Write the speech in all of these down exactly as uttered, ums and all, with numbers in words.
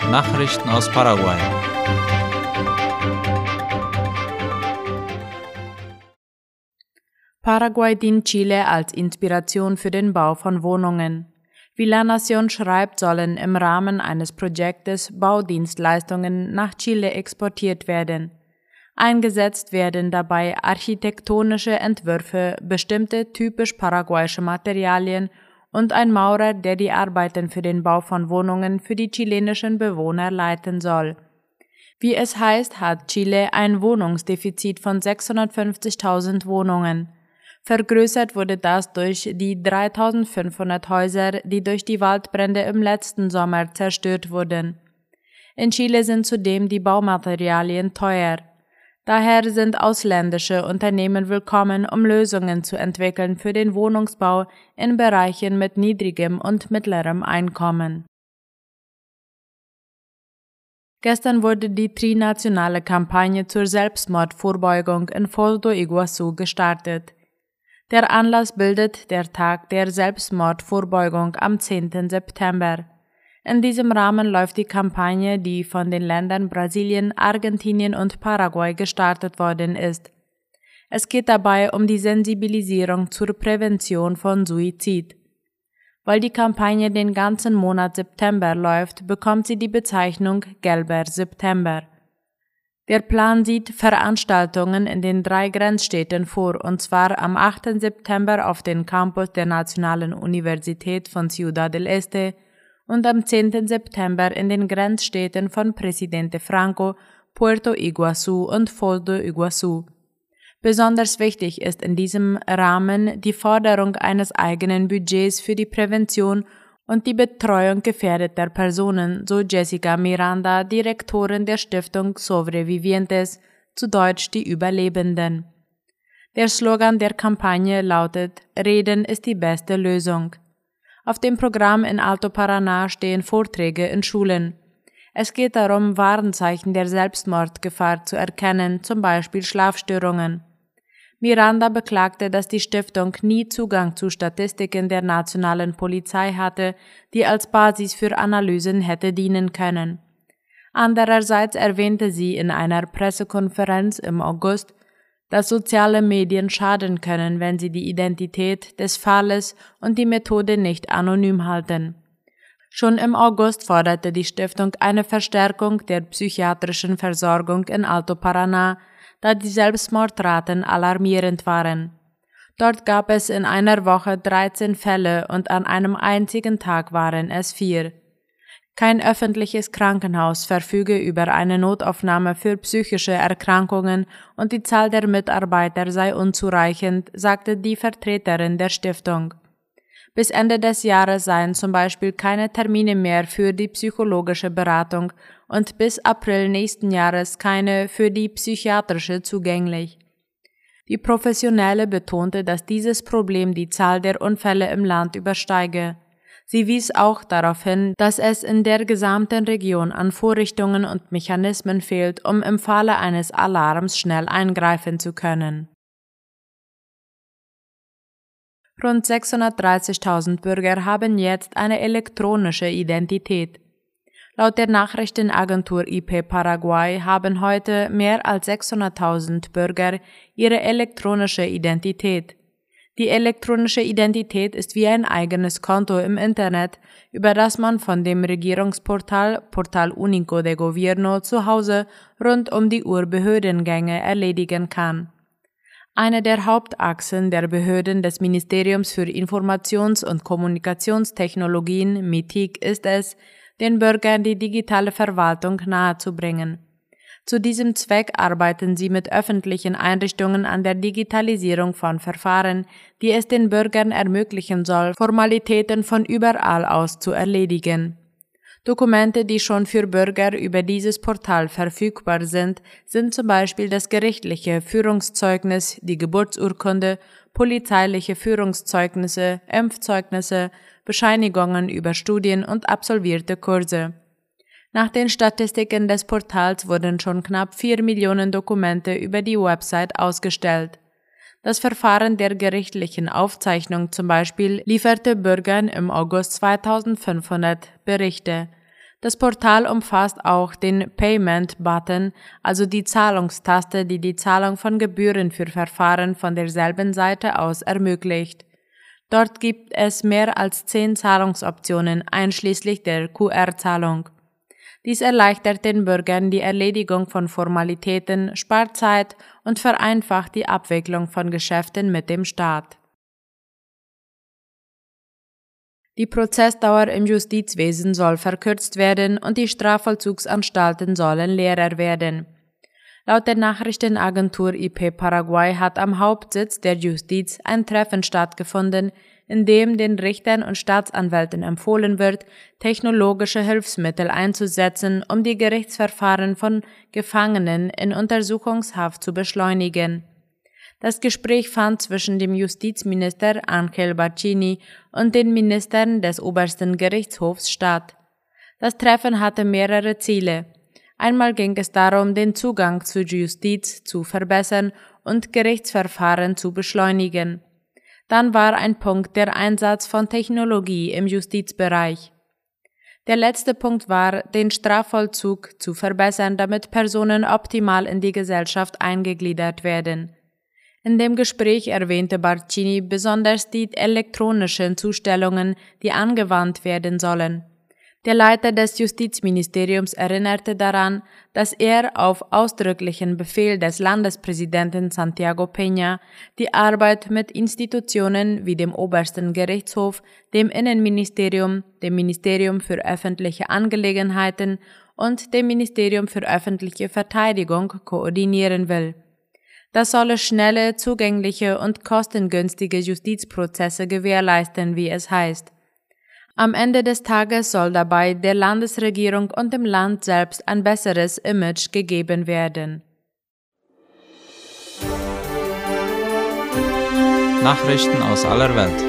Nachrichten aus Paraguay. Paraguay dient Chile als Inspiration für den Bau von Wohnungen. Wie La Nación schreibt, sollen im Rahmen eines Projektes Baudienstleistungen nach Chile exportiert werden. Eingesetzt werden dabei architektonische Entwürfe, bestimmte typisch paraguayische Materialien und ein Maurer, der die Arbeiten für den Bau von Wohnungen für die chilenischen Bewohner leiten soll. Wie es heißt, hat Chile ein Wohnungsdefizit von sechshundertfünfzigtausend Wohnungen. Vergrößert wurde das durch die dreitausendfünfhundert Häuser, die durch die Waldbrände im letzten Sommer zerstört wurden. In Chile sind zudem die Baumaterialien teuer. Daher sind ausländische Unternehmen willkommen, um Lösungen zu entwickeln für den Wohnungsbau in Bereichen mit niedrigem und mittlerem Einkommen. Gestern wurde die trinationale Kampagne zur Selbstmordvorbeugung in Foz do Iguaçu gestartet. Der Anlass bildet der Tag der Selbstmordvorbeugung am zehnten September. In diesem Rahmen läuft die Kampagne, die von den Ländern Brasilien, Argentinien und Paraguay gestartet worden ist. Es geht dabei um die Sensibilisierung zur Prävention von Suizid. Weil die Kampagne den ganzen Monat September läuft, bekommt sie die Bezeichnung Gelber September. Der Plan sieht Veranstaltungen in den drei Grenzstädten vor, und zwar am achten September auf den Campus der Nationalen Universität von Ciudad del Este und am zehnten September in den Grenzstädten von Presidente Franco, Puerto Iguaçu und Foz do Iguaçu. Besonders wichtig ist in diesem Rahmen die Forderung eines eigenen Budgets für die Prävention und die Betreuung gefährdeter Personen, so Jessica Miranda, Direktorin der Stiftung Sobrevivientes, zu Deutsch die Überlebenden. Der Slogan der Kampagne lautet: Reden ist die beste Lösung. Auf dem Programm in Alto Paraná stehen Vorträge in Schulen. Es geht darum, Warnzeichen der Selbstmordgefahr zu erkennen, zum Beispiel Schlafstörungen. Miranda beklagte, dass die Stiftung nie Zugang zu Statistiken der nationalen Polizei hatte, die als Basis für Analysen hätte dienen können. Andererseits erwähnte sie in einer Pressekonferenz im August, dass soziale Medien schaden können, wenn sie die Identität des Falles und die Methode nicht anonym halten. Schon im August forderte die Stiftung eine Verstärkung der psychiatrischen Versorgung in Alto Paraná, da die Selbstmordraten alarmierend waren. Dort gab es in einer Woche dreizehn Fälle und an einem einzigen Tag waren es vier. Kein öffentliches Krankenhaus verfüge über eine Notaufnahme für psychische Erkrankungen und die Zahl der Mitarbeiter sei unzureichend, sagte die Vertreterin der Stiftung. Bis Ende des Jahres seien zum Beispiel keine Termine mehr für die psychologische Beratung und bis April nächsten Jahres keine für die psychiatrische zugänglich. Die Professionelle betonte, dass dieses Problem die Zahl der Unfälle im Land übersteige. Sie wies auch darauf hin, dass es in der gesamten Region an Vorrichtungen und Mechanismen fehlt, um im Falle eines Alarms schnell eingreifen zu können. Rund sechshundertdreißigtausend Bürger haben jetzt eine elektronische Identität. Laut der Nachrichtenagentur I P Paraguay haben heute mehr als sechshunderttausend Bürger ihre elektronische Identität. Die elektronische Identität ist wie ein eigenes Konto im Internet, über das man von dem Regierungsportal Portal Único de Gobierno zu Hause rund um die Uhr Behördengänge erledigen kann. Eine der Hauptachsen der Behörden des Ministeriums für Informations- und Kommunikationstechnologien M I T I C ist es, den Bürgern die digitale Verwaltung nahezubringen. Zu diesem Zweck arbeiten sie mit öffentlichen Einrichtungen an der Digitalisierung von Verfahren, die es den Bürgern ermöglichen soll, Formalitäten von überall aus zu erledigen. Dokumente, die schon für Bürger über dieses Portal verfügbar sind, sind zum Beispiel das gerichtliche Führungszeugnis, die Geburtsurkunde, polizeiliche Führungszeugnisse, Impfzeugnisse, Bescheinigungen über Studien und absolvierte Kurse. Nach den Statistiken des Portals wurden schon knapp vier Millionen Dokumente über die Website ausgestellt. Das Verfahren der gerichtlichen Aufzeichnung zum Beispiel lieferte Bürgern im August zweitausendfünfhundert Berichte. Das Portal umfasst auch den Payment-Button, also die Zahlungstaste, die die Zahlung von Gebühren für Verfahren von derselben Seite aus ermöglicht. Dort gibt es mehr als zehn Zahlungsoptionen, einschließlich der Q R-Zahlung. Dies erleichtert den Bürgern die Erledigung von Formalitäten, spart Zeit und vereinfacht die Abwicklung von Geschäften mit dem Staat. Die Prozessdauer im Justizwesen soll verkürzt werden und die Strafvollzugsanstalten sollen leerer werden. Laut der Nachrichtenagentur I P Paraguay hat am Hauptsitz der Justiz ein Treffen stattgefunden, in dem den Richtern und Staatsanwälten empfohlen wird, technologische Hilfsmittel einzusetzen, um die Gerichtsverfahren von Gefangenen in Untersuchungshaft zu beschleunigen. Das Gespräch fand zwischen dem Justizminister Ángel Barcini und den Ministern des obersten Gerichtshofs statt. Das Treffen hatte mehrere Ziele. Einmal ging es darum, den Zugang zur Justiz zu verbessern und Gerichtsverfahren zu beschleunigen. Dann war ein Punkt der Einsatz von Technologie im Justizbereich. Der letzte Punkt war, den Strafvollzug zu verbessern, damit Personen optimal in die Gesellschaft eingegliedert werden. In dem Gespräch erwähnte Barcini besonders die elektronischen Zustellungen, die angewandt werden sollen. Der Leiter des Justizministeriums erinnerte daran, dass er auf ausdrücklichen Befehl des Landespräsidenten Santiago Peña die Arbeit mit Institutionen wie dem Obersten Gerichtshof, dem Innenministerium, dem Ministerium für öffentliche Angelegenheiten und dem Ministerium für öffentliche Verteidigung koordinieren will. Das solle schnelle, zugängliche und kostengünstige Justizprozesse gewährleisten, wie es heißt. Am Ende des Tages soll dabei der Landesregierung und dem Land selbst ein besseres Image gegeben werden. Nachrichten aus aller Welt.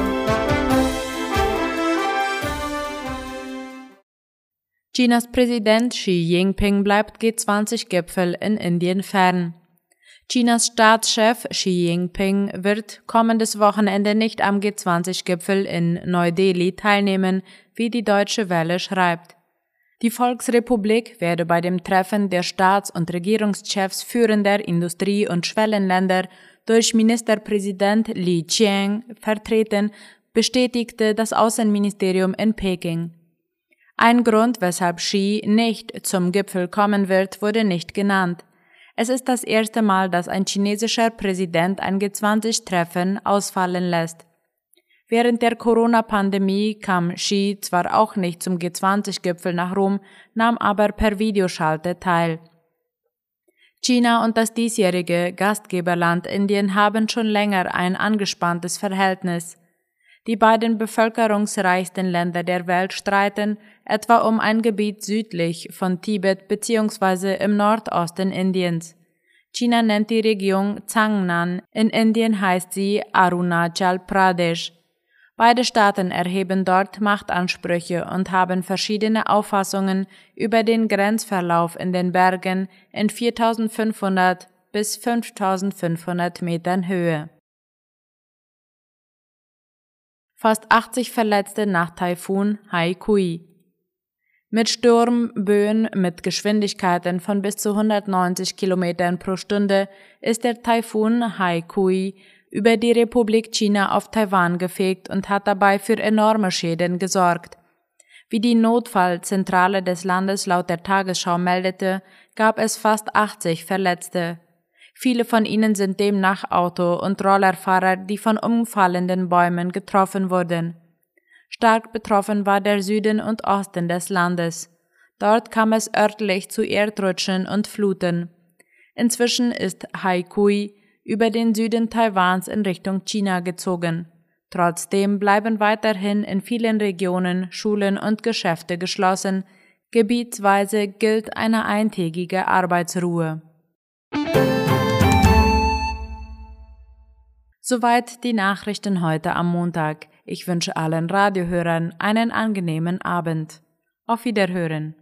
Chinas Präsident Xi Jinping bleibt G zwanzig Gipfel in Indien fern. Chinas Staatschef Xi Jinping wird kommendes Wochenende nicht am G zwanzig Gipfel in Neu-Delhi teilnehmen, wie die Deutsche Welle schreibt. Die Volksrepublik werde bei dem Treffen der Staats- und Regierungschefs führender Industrie- und Schwellenländer durch Ministerpräsident Li Qiang vertreten, bestätigte das Außenministerium in Peking. Ein Grund, weshalb Xi nicht zum Gipfel kommen wird, wurde nicht genannt. Es ist das erste Mal, dass ein chinesischer Präsident ein G zwanzig Treffen ausfallen lässt. Während der Corona-Pandemie kam Xi zwar auch nicht zum G zwanzig Gipfel nach Rom, nahm aber per Videoschalte teil. China und das diesjährige Gastgeberland Indien haben schon länger ein angespanntes Verhältnis. Die beiden bevölkerungsreichsten Länder der Welt streiten etwa um ein Gebiet südlich von Tibet bzw. im Nordosten Indiens. China nennt die Region Changnan, in Indien heißt sie Arunachal Pradesh. Beide Staaten erheben dort Machtansprüche und haben verschiedene Auffassungen über den Grenzverlauf in den Bergen in viertausendfünfhundert bis fünftausendfünfhundert Metern Höhe. Fast achtzig Verletzte nach Taifun Haikui. Mit Sturmböen mit Geschwindigkeiten von bis zu hundertneunzig Kilometern pro Stunde ist der Taifun Haikui über die Republik China auf Taiwan gefegt und hat dabei für enorme Schäden gesorgt. Wie die Notfallzentrale des Landes laut der Tagesschau meldete, gab es fast achtzig Verletzte. Viele von ihnen sind demnach Auto- und Rollerfahrer, die von umfallenden Bäumen getroffen wurden. Stark betroffen war der Süden und Osten des Landes. Dort kam es örtlich zu Erdrutschen und Fluten. Inzwischen ist Haikui über den Süden Taiwans in Richtung China gezogen. Trotzdem bleiben weiterhin in vielen Regionen Schulen und Geschäfte geschlossen. Gebietsweise gilt eine eintägige Arbeitsruhe. Soweit die Nachrichten heute am Montag. Ich wünsche allen Radiohörern einen angenehmen Abend. Auf Wiederhören.